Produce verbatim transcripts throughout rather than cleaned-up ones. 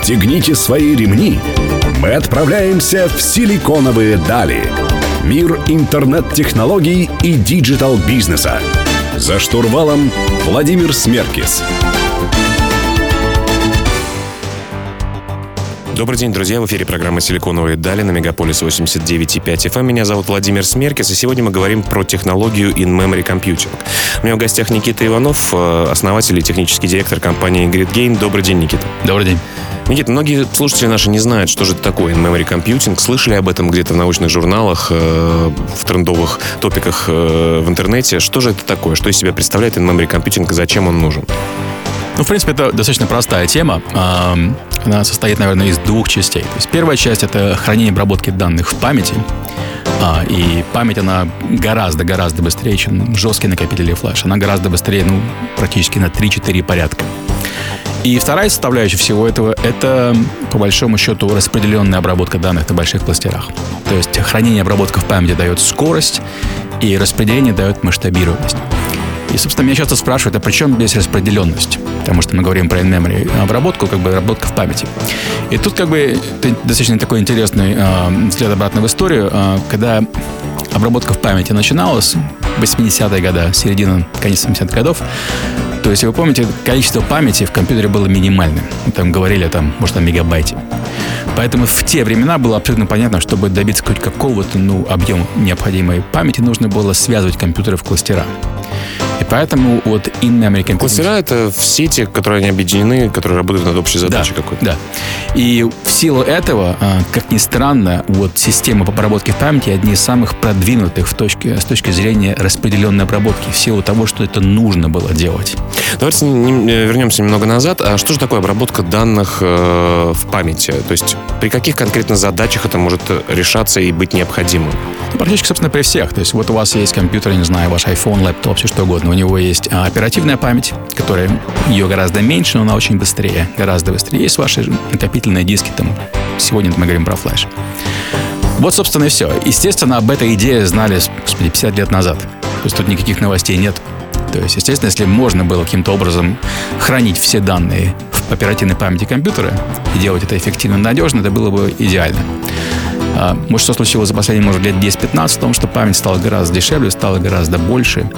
Пристегните свои ремни. Мы отправляемся в силиконовые дали. Мир интернет-технологий и диджитал-бизнеса. За штурвалом Владимир Смеркис. Добрый день, друзья. В эфире программа «Силиконовые дали» на Мегаполис восемьдесят девять и пять эф эм. Меня зовут Владимир Смеркис, и сегодня мы говорим про технологию in-memory computing. У меня в гостях Никита Иванов, основатель и технический директор компании GridGain. Добрый день, Никита. Добрый день. Никита, многие слушатели наши не знают, что же это такое in-memory computing. Слышали об этом где-то в научных журналах, в трендовых топиках в интернете. Что же это такое? Что из себя представляет in-memory computing и зачем он нужен? Ну, в принципе, это достаточно простая тема. Она состоит, наверное, из двух частей. То есть первая часть — это хранение и обработки данных в памяти. И память, она гораздо-гораздо быстрее, чем жесткие накопители флеш. Она гораздо быстрее, ну, практически на три-четыре порядка. И вторая составляющая всего этого — это, по большому счету, распределенная обработка данных на больших кластерах. То есть хранение и обработка в памяти дает скорость, и распределение дает масштабируемость. И, собственно, меня часто спрашивают, а при чем здесь распределенность? Потому что мы говорим про in-memory обработку, как бы обработка в памяти. И тут как бы это достаточно такой интересный э, взгляд обратно в историю, э, когда обработка в памяти начиналась в восьмидесятые годы, середина, конец семидесятых годов. То есть, вы помните, количество памяти в компьютере было минимальным. Мы там говорили, там, может, о мегабайте. Поэтому в те времена было абсолютно понятно, чтобы добиться хоть какого-то, ну, объема необходимой памяти, нужно было связывать компьютеры в кластера. И поэтому вот in-memory computing... Кластера — это в сети, которые они объединены, которые работают над общей задачей да, какой-то. Да. И в силу этого, как ни странно, вот системы по обработке в памяти одни из самых продвинутых в точке, с точки зрения распределенной обработки, в силу того, что это нужно было делать. Давайте вернемся немного назад. А что же такое обработка данных э, в памяти? То есть при каких конкретно задачах это может решаться и быть необходимым? Ну, практически, собственно, при всех. То есть вот у вас есть компьютер, не знаю, ваш iPhone, лэптоп, все что угодно. У него есть а, оперативная память, которая, ее гораздо меньше, но она очень быстрее, гораздо быстрее. Есть ваши накопительные диски, там, сегодня мы говорим про флеш. Вот, собственно, и все. Естественно, об этой идее знали, господи, пятьдесят лет назад. То есть тут никаких новостей нет. То есть, естественно, если можно было каким-то образом хранить все данные в оперативной памяти компьютера и делать это эффективно и надежно, это было бы идеально. Может, что случилось за последние, может, лет десять-пятнадцать, в том, что память стала гораздо дешевле, стала гораздо больше.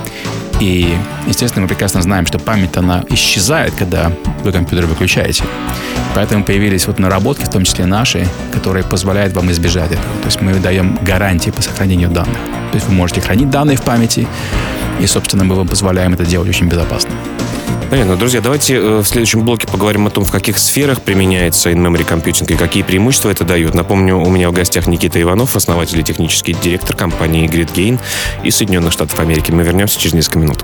И, естественно, мы прекрасно знаем, что память, она исчезает, когда вы компьютер выключаете. Поэтому появились вот наработки, в том числе наши, которые позволяют вам избежать этого. То есть мы даем гарантии по сохранению данных. То есть вы можете хранить данные в памяти, и, собственно, мы вам позволяем это делать очень безопасно. Понятно. Друзья, давайте в следующем блоке поговорим о том, в каких сферах применяется in-memory computing и какие преимущества это дает. Напомню, у меня в гостях Никита Иванов, основатель и технический директор компании GridGain из Соединенных Штатов Америки. Мы вернемся через несколько минут.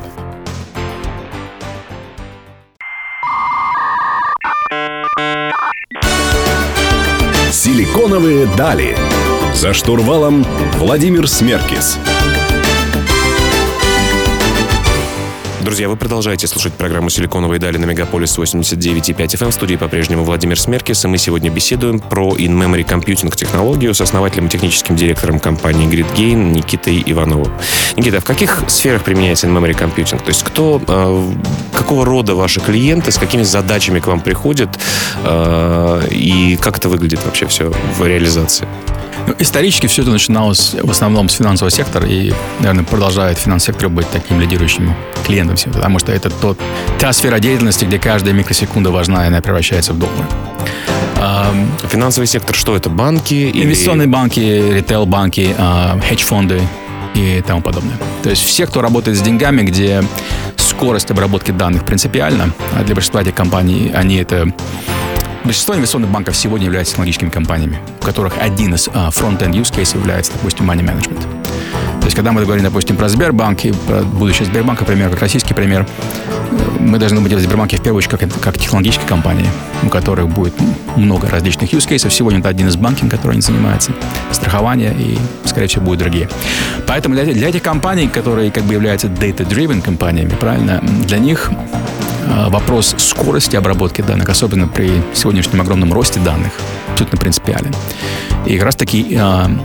Силиконовые дали. За штурвалом Владимир Смеркис. Друзья, вы продолжаете слушать программу «Силиконовые дали» на Мегаполис восемьдесят девять и пять эф эм. В студии по-прежнему Владимир Смеркис, и мы сегодня беседуем про in-memory computing технологию с основателем и техническим директором компании GridGain Никитой Ивановым. Никита, а в каких сферах применяется in-memory computing? То есть кто, э, какого рода ваши клиенты, с какими задачами к вам приходят, э, и как это выглядит вообще все в реализации? Ну, исторически все это начиналось в основном с финансового сектора и, наверное, продолжает финансовый сектор быть таким лидирующим клиентом всего, потому что это тот, та сфера деятельности, где каждая микросекунда важна, и она превращается в доллары. Финансовый сектор, что это? Банки? Инвестиционные или... банки, ритейл-банки, хедж-фонды и тому подобное. То есть все, кто работает с деньгами, где скорость обработки данных принципиальна, а для большинства этих компаний они это... Большинство инвестиционных банков сегодня являются технологическими компаниями, у которых один из uh, front-end use cases является, допустим, money management. То есть, когда мы говорим, допустим, про Сбербанк и про будущее Сбербанка, пример, как российский пример, мы должны быть в Сбербанке в первую очередь как, как технологической компании, у которых будет много различных use cases. Сегодня это один из банкинг, который они занимаются, страхование и, скорее всего, будут другие. Поэтому для, для этих компаний, которые как бы являются data-driven компаниями, правильно, для них вопрос скорости обработки данных, особенно при сегодняшнем огромном росте данных, абсолютно принципиален. И как раз таки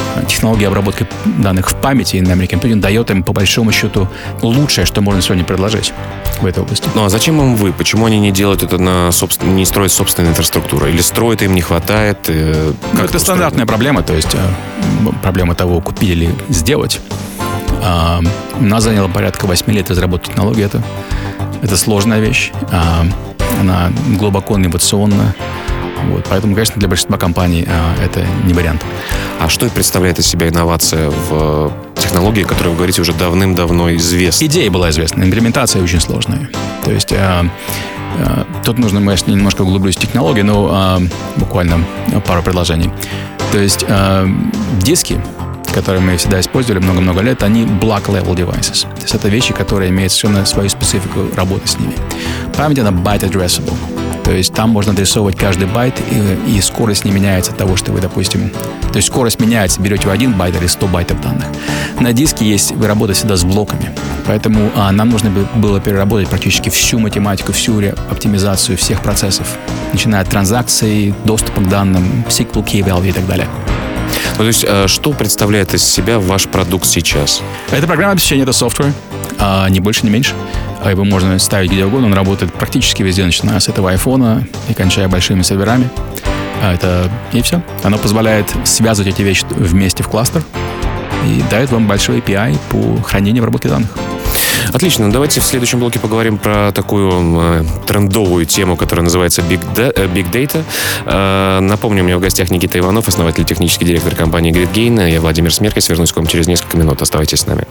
технология обработки данных в памяти in-memory computing дает им, по большому счету, лучшее, что можно сегодня предложить в этой области. Ну, а зачем им вы? Почему они не делают это на собствен... не строят собственную инфраструктуру? Или строят, им не хватает? Э, ну, это стандартная проблема, то есть э, проблема того, купить или сделать. Э, нас заняло порядка восемь лет разработать технологию. Это, это сложная вещь. Э, она глубоко инновационна. Вот, поэтому, конечно, для большинства компаний э, это не вариант. А что представляет из себя инновация в технологии, которая, вы говорите, уже давным-давно известна? Идея была известна, имплементация очень сложная. То есть э, э, тут нужно, я немножко углублюсь в технологии, но э, буквально пару предложений. То есть э, диски, которые мы всегда использовали много-много лет, они block-level devices. То есть это вещи, которые имеют совершенно свою специфику работы с ними. Память, она byte-addressable. То есть там можно адресовывать каждый байт, и, и скорость не меняется от того, что вы, допустим... То есть скорость меняется, берете вы один байт или сто байтов данных. На диске есть, вы работаете всегда с блоками. Поэтому а, нам нужно было переработать практически всю математику, всю оптимизацию всех процессов. Начиная от транзакций, доступа к данным, сиквел, key value и так далее. Ну, то есть, что представляет из себя ваш продукт сейчас? Это программа обеспечения, это софтвер, ни больше, ни меньше. Его можно ставить где угодно, он работает практически везде, начиная с этого айфона и кончая большими серверами. Это и все. Оно позволяет связывать эти вещи вместе в кластер и дает вам большой эй пи ай по хранению и обработке данных. Отлично. Давайте в следующем блоке поговорим про такую э, трендовую тему, которая называется Big, da- э, Big Data. Э, напомню, у меня в гостях Никита Иванов, основатель и технический директор компании GridGain. Я Владимир Смеркис. Вернусь к вам через несколько минут. Оставайтесь с нами.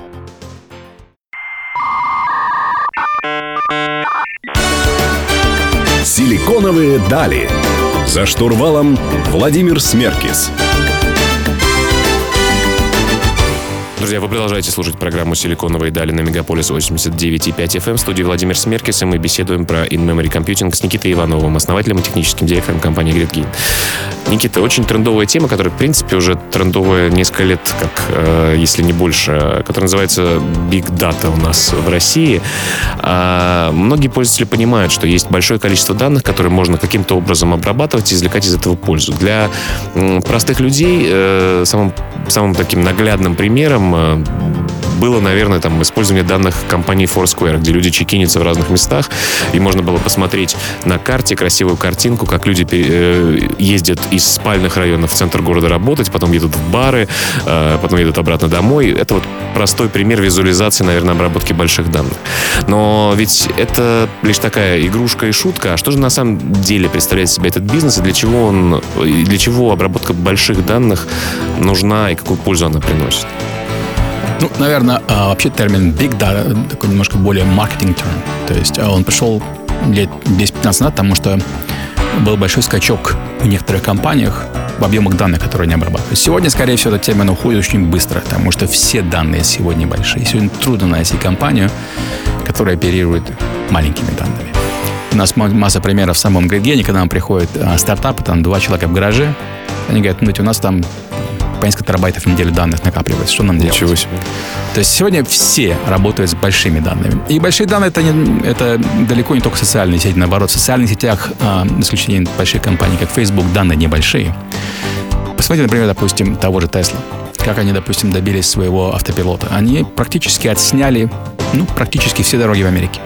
Силиконовые дали. За штурвалом Владимир Смеркис. Друзья, вы продолжаете слушать программу «Силиконовые дали» на Мегаполис восемьдесят девять и пять эф эм. В студии Владимир Смеркис, и мы беседуем про in-memory computing с Никитой Ивановым, основателем и техническим директором компании GridGain. Никита, очень трендовая тема, которая, в принципе, уже трендовая несколько лет, как, э, если не больше, которая называется Big Data у нас в России. А многие пользователи понимают, что есть большое количество данных, которые можно каким-то образом обрабатывать и извлекать из этого пользу. Для м, простых людей э, самым, самым таким наглядным примером было, наверное, там, использование данных компании Foursquare, где люди чекинятся в разных местах, и можно было посмотреть на карте красивую картинку, как люди э, ездят из спальных районов в центр города работать, потом едут в бары, э, потом едут обратно домой. Это вот простой пример визуализации, наверное, обработки больших данных. Но ведь это лишь такая игрушка и шутка. А что же на самом деле представляет из себя этот бизнес, и для чего он, и для чего обработка больших данных нужна, и какую пользу она приносит? Ну, наверное, вообще термин Big Data такой немножко более маркетинг-терм. То есть он пришел лет десять-пятнадцать назад, потому что был большой скачок в некоторых компаниях в объемах данных, которые они обрабатывают. Сегодня, скорее всего, этот термин уходит очень быстро, потому что все данные сегодня большие. Сегодня трудно найти компанию, которая оперирует маленькими данными. У нас масса примеров в самом GridGain, когда нам приходят стартапы, там два человека в гараже, они говорят, ну, у нас там по несколько терабайтов в неделю данных накапливается. Что нам делать? Ничего себе. То есть сегодня все работают с большими данными. И большие данные это, не, это далеко не только социальные сети. Наоборот, в социальных сетях, а, на исключение больших компаний, как Facebook, данные небольшие. Посмотрите, например, допустим, того же Tesla. Как они, допустим, добились своего автопилота. Они практически отсняли, ну, практически все дороги в Америке.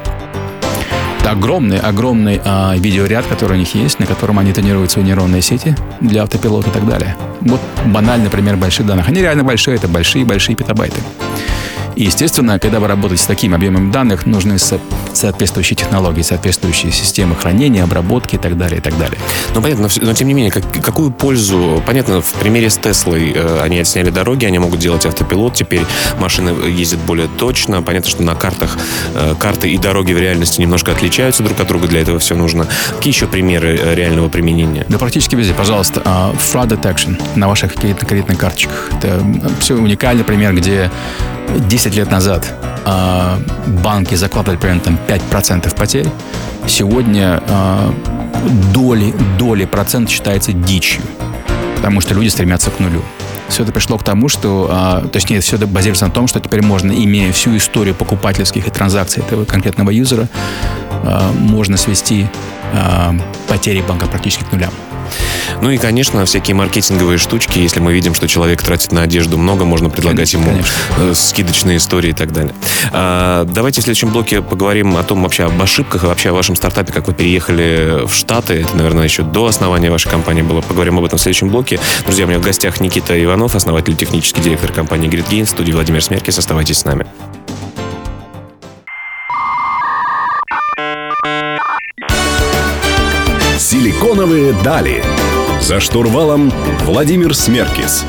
Это огромный, огромный а, видеоряд, который у них есть, на котором они тренируют свои нейронные сети для автопилота и так далее. Вот банальный пример больших данных. Они реально большие, это большие-большие петабайты. И, естественно, когда вы работаете с такими объемами данных, нужны со- соответствующие технологии, соответствующие системы хранения, обработки и так далее, и так далее. Ну, понятно, но, но тем не менее, как, какую пользу... Понятно, в примере с Теслой э, они отсняли дороги, они могут делать автопилот, теперь машины ездят более точно. Понятно, что на картах э, карты и дороги в реальности немножко отличаются друг от друга, для этого все нужно. Какие еще примеры э, реального применения? Да практически везде. Пожалуйста, uh, fraud detection на ваших кредитных карточках. Это все уникальный пример, где десять лет назад э, банки закладывали примерно там, пять процентов потерь. Сегодня э, доли, доли процент считается дичью, потому что люди стремятся к нулю. Все это пришло к тому, что, э, точнее, все это базируется на том, что теперь можно, имея всю историю покупательских и транзакций этого конкретного юзера, э, можно свести э, потери банка практически к нулям. Ну и, конечно, всякие маркетинговые штучки. Если мы видим, что человек тратит на одежду много, можно предлагать Конечно, ему конечно. скидочные истории и так далее. А, давайте в следующем блоке поговорим о том, вообще об ошибках и вообще о вашем стартапе, как вы переехали в Штаты. Это, наверное, еще до основания вашей компании было. Поговорим об этом в следующем блоке. Друзья, у меня в гостях Никита Иванов, основатель и технический директор компании GreatGain. В студии Владимир Смеркис. Оставайтесь с нами. Силиконовые дали. За штурвалом Владимир Смеркис.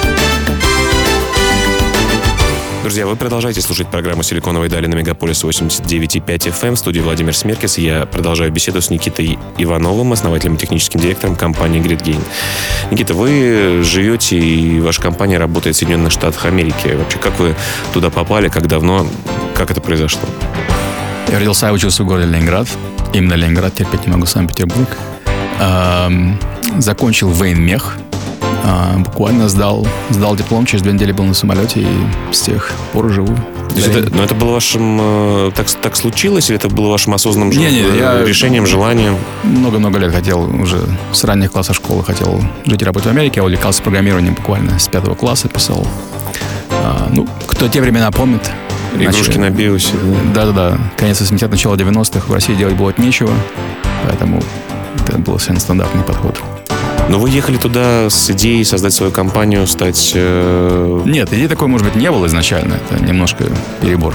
Друзья, вы продолжаете слушать программу «Силиконовые дали» на Мегаполис восемьдесят девять и пять эф эм. В студии Владимир Смеркис. Я продолжаю беседу с Никитой Ивановым, основателем и техническим директором компании GreatGain. Никита, вы живете, и ваша компания работает в Соединенных Штатах Америки. Вообще, как вы туда попали, как давно, как это произошло? Я родился и учился в городе Ленинград. Именно Ленинград, терпеть не могу Санкт-Петербург. Эм, закончил военмех. Э, буквально сдал, сдал диплом, через две недели был на самолете, и с тех пор живу. Это, но это было вашим... э, Так, так случилось, или это было вашим осознанным Не, не, э, я- решением, желанием? Много-много лет хотел, уже с ранних классов школы хотел жить и работать в Америке. Я увлекался программированием буквально с пятого класса, писал. А, ну, кто те времена помнит. Игрушки Иначе- на биосе. Да-да-да. Конец восьмидесятых, начало девяностых. В России делать было нечего. Поэтому это был совершенно стандартный подход. Но вы ехали туда с идеей создать свою компанию, стать... э, Нет, идеи такой, может быть, не было изначально. Это немножко перебор.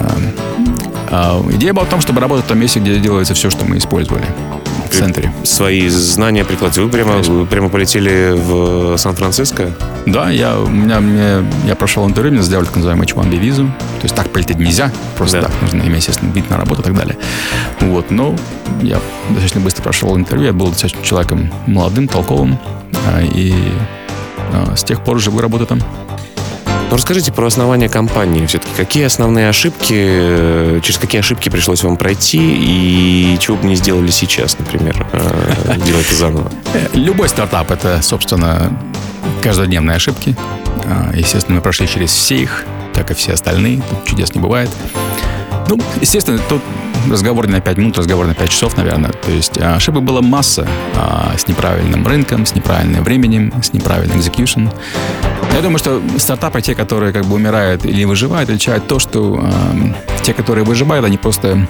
А, а идея была в том, чтобы работать в том месте, где делается все, что мы использовали. В центре. свои знания прикладывать. Вы прямо, вы прямо полетели в Сан-Франциско? Да, я, у меня, мне, я прошел интервью, мне сделали так называемую эйч один би визу. То есть так полететь нельзя, просто Да. так нужно иметь, естественно, вид на работу и так далее. Вот, но я достаточно быстро прошел интервью, я был достаточно человеком молодым, толковым, а, и а, с тех пор живу и работаю там. Ну, расскажите про основание компании все-таки. Какие основные ошибки, э, через какие ошибки пришлось вам пройти, и чего бы не сделали сейчас, например, э, делать это заново? Э, Любой стартап — это, собственно, каждодневные ошибки. А, Естественно, мы прошли через все их, как и все остальные. Тут чудес не бывает. Ну, естественно, тут разговор не на пять минут, разговор на пять часов, наверное. То есть а, ошибок была масса а, с неправильным рынком, с неправильным временем, с неправильным execution. Я думаю, что стартапы, те, которые как бы умирают или выживают, отличают то, что а, те, которые выживают, они просто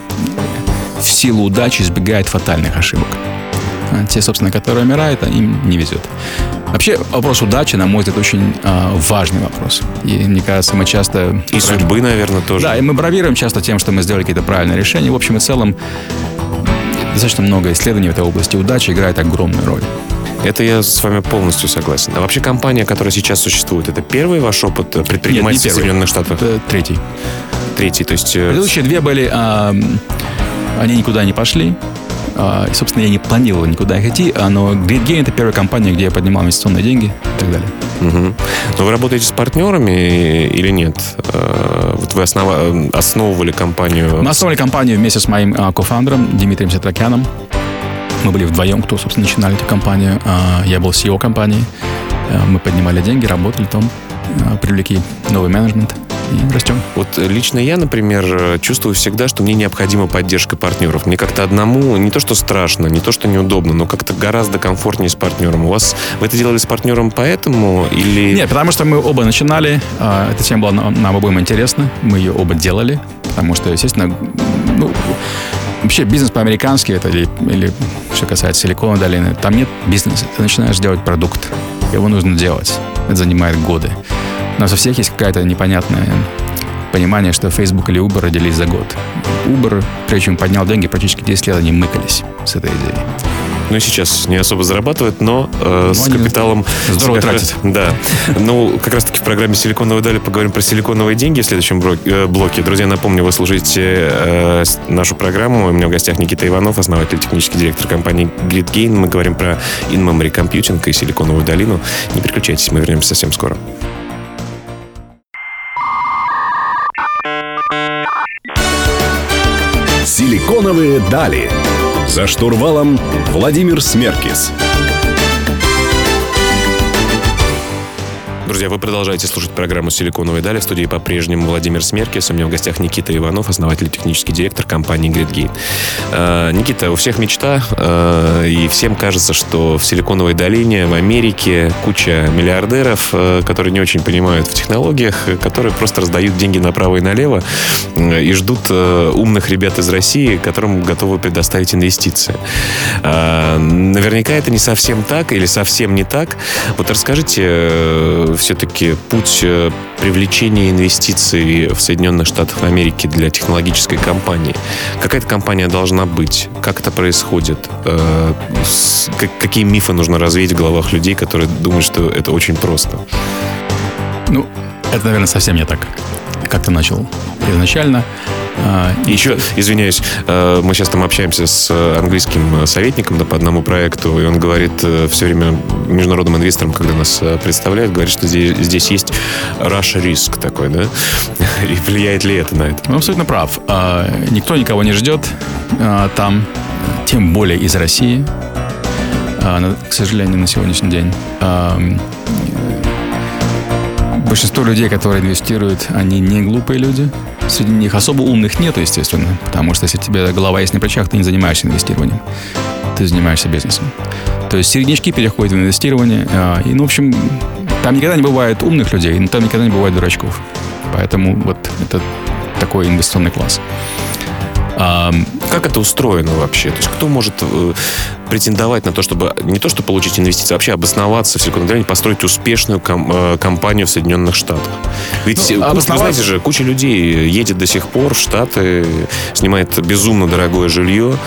в силу удачи избегают фатальных ошибок. А те, собственно, которые умирают, им не везет. Вообще, вопрос удачи, на мой взгляд, очень а, важный вопрос. И мне кажется, мы часто... И судьбы, наверное, тоже. Да, и мы бравируем часто тем, что мы сделали какие-то правильные решения. В общем и целом, достаточно много исследований в этой области. Удача играет огромную роль. Это я с вами полностью согласен. А вообще компания, которая сейчас существует, это первый ваш опыт предпринимательства в первый. Соединенных Штатах? Это третий. Третий, то есть... э, Предыдущие две были... а, они никуда не пошли. А, и, собственно, я не планировал никуда идти. а, Но GreatGain — это первая компания, где я поднимал инвестиционные деньги и так далее. Мгм. Но вы работаете с партнерами или нет? Э, Вот вы основа- основывали компанию... Мы основали компанию вместе с моим а, кофаундером Дмитрием Сетракяном. Мы были вдвоем, кто, собственно, начинали эту компанию. А, Я был си и о компании. А, Мы поднимали деньги, работали там, а, привлекли новый менеджмент и растем. Вот лично я, например, чувствую всегда, что мне необходима поддержка партнеров. Мне как-то одному не то, что страшно, не то, что неудобно, но как-то гораздо комфортнее с партнером. У вас вы это делали с партнером поэтому или... Нет, потому что мы оба начинали. а, Эта тема была нам, нам обоим интересна. Мы ее оба делали. Потому что, естественно, ну, вообще бизнес по-американски это или, или что касается Силиконовой долины, там нет бизнеса. Ты начинаешь делать продукт. Его нужно делать. Это занимает годы. У нас у всех есть какое-то непонятное понимание, что Facebook или Uber родились за год. Uber, прежде чем поднял деньги, практически десять лет они мыкались с этой идеей. Ну, и сейчас не особо зарабатывают, но э, с они капиталом... здорово с- тратят. Да. Ну, как раз-таки в программе «Силиконовые дали» поговорим про силиконовые деньги в следующем бро- э, блоке. Друзья, напомню, вы слушаете э, с- нашу программу. У меня в гостях Никита Иванов, основатель, технический директор компании GreatGain. Мы говорим про in-memory computing и Силиконовую долину. Не переключайтесь, мы вернемся совсем скоро. Силиконовые дали. За штурвалом Владимир Смеркис. Друзья, вы продолжаете слушать программу «Силиконовые дали». В студии по-прежнему Владимир Смеркис. У меня в гостях Никита Иванов, основатель и технический директор компании GridGain. Э, Никита, у всех мечта, э, и всем кажется, что в Силиконовой долине, в Америке куча миллиардеров, э, которые не очень понимают в технологиях, которые просто раздают деньги направо и налево э, и ждут э, умных ребят из России, которым готовы предоставить инвестиции. Э, наверняка это не совсем так или совсем не так. Вот расскажите, э, все-таки путь привлечения инвестиций в Соединенных Штатах Америки для технологической компании. Какая-то компания должна быть? Как это происходит? Какие мифы нужно развеять в головах людей, которые думают, что это очень просто? Ну, это, наверное, совсем не так, как ты начал изначально. Еще, извиняюсь, мы сейчас там общаемся с английским советником, да, по одному проекту, и он говорит все время международным инвесторам, когда нас представляют, говорит, что здесь, здесь есть Russia риск такой, да? И влияет ли это на это? Он абсолютно прав. Никто никого не ждет там, тем более из России, к сожалению, на сегодняшний день. Большинство людей, которые инвестируют, они не глупые люди. Среди них особо умных нету, естественно. Потому что если у тебя голова есть на плечах, ты не занимаешься инвестированием. Ты занимаешься бизнесом. То есть середнячки переходят в инвестирование. И, ну, в общем, там никогда не бывает умных людей, но там никогда не бывает дурачков. Поэтому вот это такой инвестиционный класс. А как это устроено вообще? То есть кто может э, претендовать на то, чтобы не то, чтобы получить инвестиции, а вообще обосноваться в Силиконовой долине, построить успешную ком- э, компанию в Соединенных Штатах? Ведь ну, обосноваться... вы знаете же, куча людей едет до сих пор в Штаты, снимает безумно дорогое жилье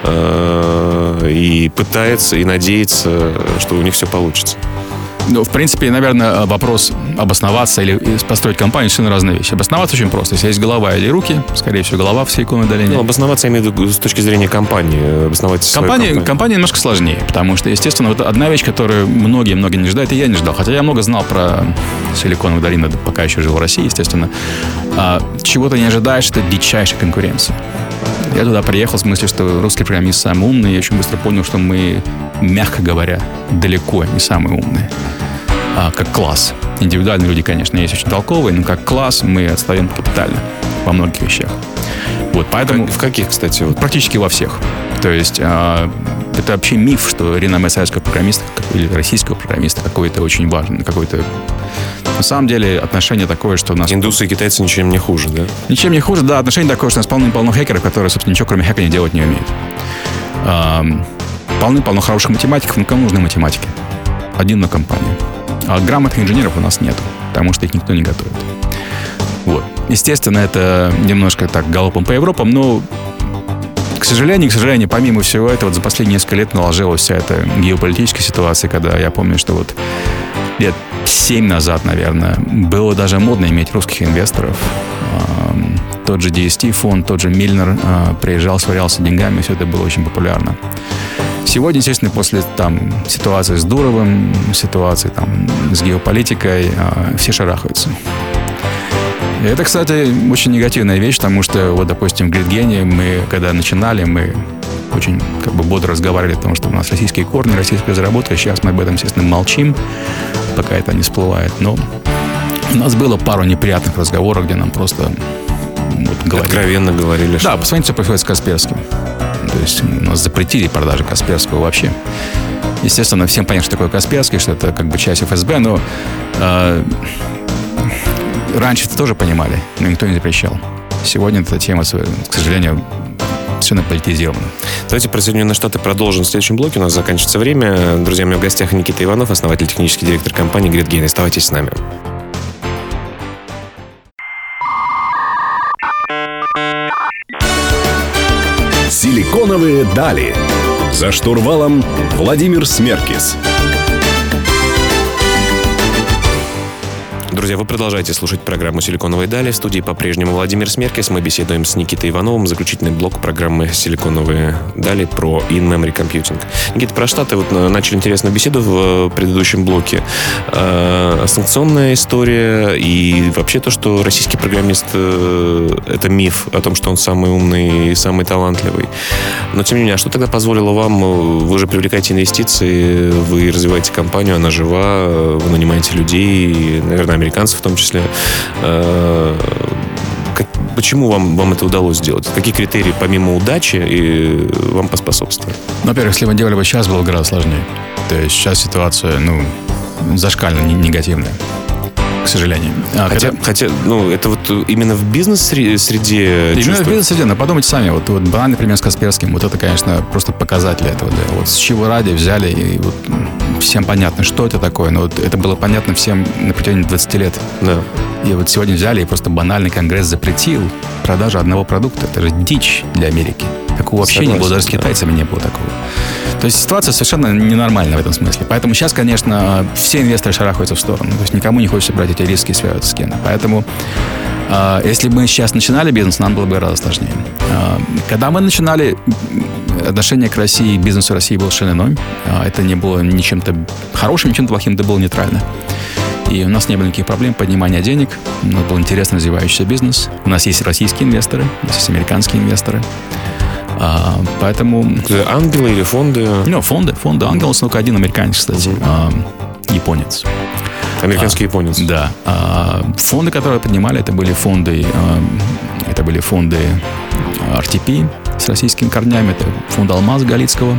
э, и пытается, и надеется, что у них все получится. Ну, в принципе, наверное, вопрос обосноваться или построить компанию — совершенно разные вещи. Обосноваться очень просто. Если есть голова или руки, скорее всего, голова в Силиконовой долине. Ну, обосноваться, я имею в виду, с точки зрения компании. Обосновать свою компания, компанию. Компания немножко сложнее, потому что, естественно, вот одна вещь, которую многие-многие не ждали, и я не ждал. Хотя я много знал про Силиконовую долину, пока еще жил в России, естественно. А, чего ты не ожидаешь, это дичайшая конкуренция. Я туда приехал в смысле, что русский программист самый умный. Я очень быстро понял, что мы, мягко говоря, далеко не самые умные. А, как класс. Индивидуальные люди, конечно, есть очень толковые, но как класс мы отстаем капитально во многих вещах. Вот, поэтому... В каких, кстати? Вот? Практически во всех. То есть а, это вообще миф, что реноме советского программиста или российского программиста какой-то очень важный, какой-то... На самом деле отношение такое, что у нас... Индусы и китайцы ничем не хуже, да? Ничем не хуже, да. Отношение такое, что у нас полно-полно хакеров, которые, собственно, ничего кроме хакера делать не умеют. А, полно-полно хороших математиков, но кому нужны математики? Один на компанию. А грамотных инженеров у нас нет, потому что их никто не готовит. Вот. Естественно, это немножко так галопом по Европам, но, к сожалению, к сожалению, помимо всего этого, вот за последние несколько лет наложилась вся эта геополитическая ситуация, когда я помню, что вот лет семь назад, наверное, было даже модно иметь русских инвесторов. Тот же ди эс ти фонд, тот же Мильнер приезжал, сверялся деньгами, все это было очень популярно. Сегодня, естественно, после там, ситуации с Дуровым, ситуации там, с геополитикой, все шарахаются. И это, кстати, очень негативная вещь, потому что, вот, допустим, в GridGain мы, когда начинали, мы очень как бы бодро разговаривали о том, что у нас российские корни, российская разработка. Сейчас мы об этом, естественно, молчим, пока это не всплывает. Но у нас было пару неприятных разговоров, где нам просто вот, говорили. Откровенно говорили. Да, посмотрите, что происходит с Касперским. То есть у нас запретили продажи Касперского вообще. Естественно, всем понятно, что такое Касперский, что это как бы часть эф эс бэ, но э, раньше это тоже понимали, но никто не запрещал. Сегодня эта тема, к сожалению, совершенно политизирована. Давайте про Соединенные Штаты продолжим в следующем блоке. У нас заканчивается время. Друзья, у меня в гостях Никита Иванов, основатель, технический директор компании GridGain. Оставайтесь с нами. Силиконовые дали. За штурвалом Владимир Смеркис. Друзья, вы продолжаете слушать программу «Силиконовые дали». В студии по-прежнему Владимир Смеркис. Мы беседуем с Никитой Ивановым. Заключительный блок программы «Силиконовые дали» про in-memory computing. Никита, про Штаты вот начали интересную беседу в предыдущем блоке. Э, санкционная история и вообще то, что российский программист э, — это миф о том, что он самый умный и самый талантливый. Но, тем не менее, а что тогда позволило вам? Вы же привлекаете инвестиции, вы развиваете компанию, она жива, вы нанимаете людей, наверное, американцев в том числе. Как, почему вам, вам это удалось сделать? Какие критерии, помимо удачи, и вам поспособствовали? Во-первых, если мы делали бы сейчас, было бы гораздо сложнее. То есть сейчас ситуация, ну, зашкально негативная, к сожалению. А, хотя, когда... хотя, ну, это вот именно в бизнес-среде. Именно в бизнес-среде, но подумайте сами, вот, вот банальный пример с Касперским, вот это, конечно, просто показатель этого. Да. Вот с чего ради взяли, и вот всем понятно, что это такое, но вот это было понятно всем на протяжении двадцати лет. Да. И вот сегодня взяли, и просто банальный конгресс запретил продажу одного продукта. Это же дичь для Америки. Такого вообще Согласен, не было, даже с китайцами да. не было такого. То есть ситуация совершенно ненормальная в этом смысле. Поэтому сейчас, конечно, все инвесторы шарахаются в сторону. То есть никому не хочется брать эти риски и связываться с кем-то. Поэтому э, если бы мы сейчас начинали бизнес, нам было бы гораздо сложнее. Э, когда мы начинали, отношение к России, к бизнесу России было совершенно иное. Э, это не было ни чем-то хорошим, ни чем-то плохим, это было нейтрально. И у нас не было никаких проблем поднимания денег. У нас был интересно развивающийся бизнес. У нас есть российские инвесторы, у нас есть американские инвесторы. А, поэтому... Это ангелы или фонды? Ну, фонды, фонды. Ангел, только один американец, кстати, а, японец. Американский а, японец. Да. А, фонды, которые поднимали, это были фонды, а, это были фонды ар ти пи с российскими корнями, это фонд «Алмаз» Галицкого.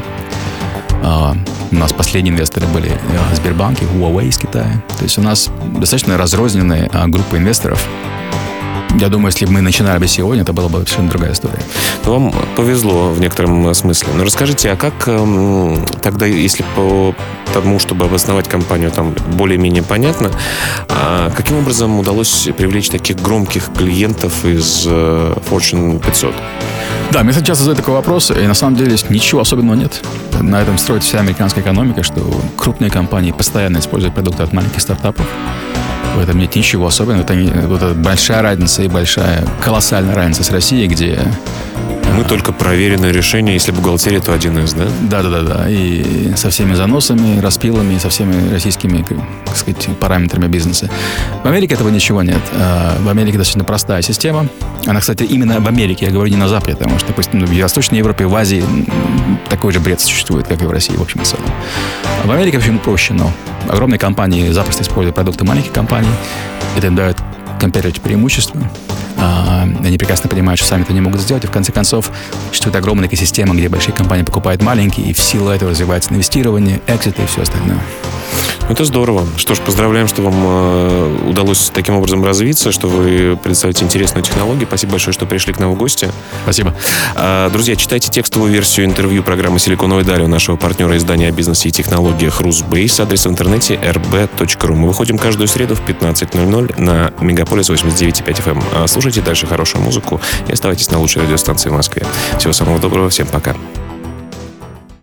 А, у нас последние инвесторы были а, Сбербанк и Huawei из Китая. То есть у нас достаточно разрозненная а, группа инвесторов. Я думаю, если бы мы начинали бы сегодня, это была бы совершенно другая история. Вам повезло в некотором смысле. Но расскажите, а как эм, тогда, если по тому, чтобы обосновать компанию, там более-менее понятно, а каким образом удалось привлечь таких громких клиентов из э, Fortune пятьсот? Да, мне часто задают такой вопрос, и на самом деле ничего особенного нет. На этом строится вся американская экономика, что крупные компании постоянно используют продукты от маленьких стартапов. В этом нет ничего особенного. Это, не, вот это большая разница и большая, колоссальная разница с Россией, где... Мы а, только проверенное решение, если бухгалтерия, то один из, да? Да-да-да. И со всеми заносами, распилами, со всеми российскими, так сказать, параметрами бизнеса. В Америке этого ничего нет. В Америке достаточно простая система. Она, кстати, именно в Америке, я говорю не на Западе, потому что, допустим, в Восточной Европе, в Азии такой же бред существует, как и в России, в общем и целом. В Америке почему проще, но огромные компании запросто используют продукты маленьких компаний. Это им дает компетитивное преимущество. Они прекрасно понимают, что сами это не могут сделать. И в конце концов, существует огромная экосистема, где большие компании покупают маленькие, и в силу этого развивается инвестирование, экзиты и все остальное. Это здорово. Что ж, поздравляем, что вам э, удалось таким образом развиться, что вы предоставляете интересную технологию. Спасибо большое, что пришли к нам в гости. Спасибо. Э, друзья, читайте текстовую версию интервью программы «Силиконовые дали» у нашего партнера издания о бизнесе и технологиях Rusbase. Адрес в интернете эр би точка ру. Мы выходим каждую среду в пятнадцать ноль ноль на Мегаполис восемьдесят девять и пять эф эм. Слушайте дальше хорошую музыку и оставайтесь на лучшей радиостанции в Москве. Всего самого доброго. Всем пока.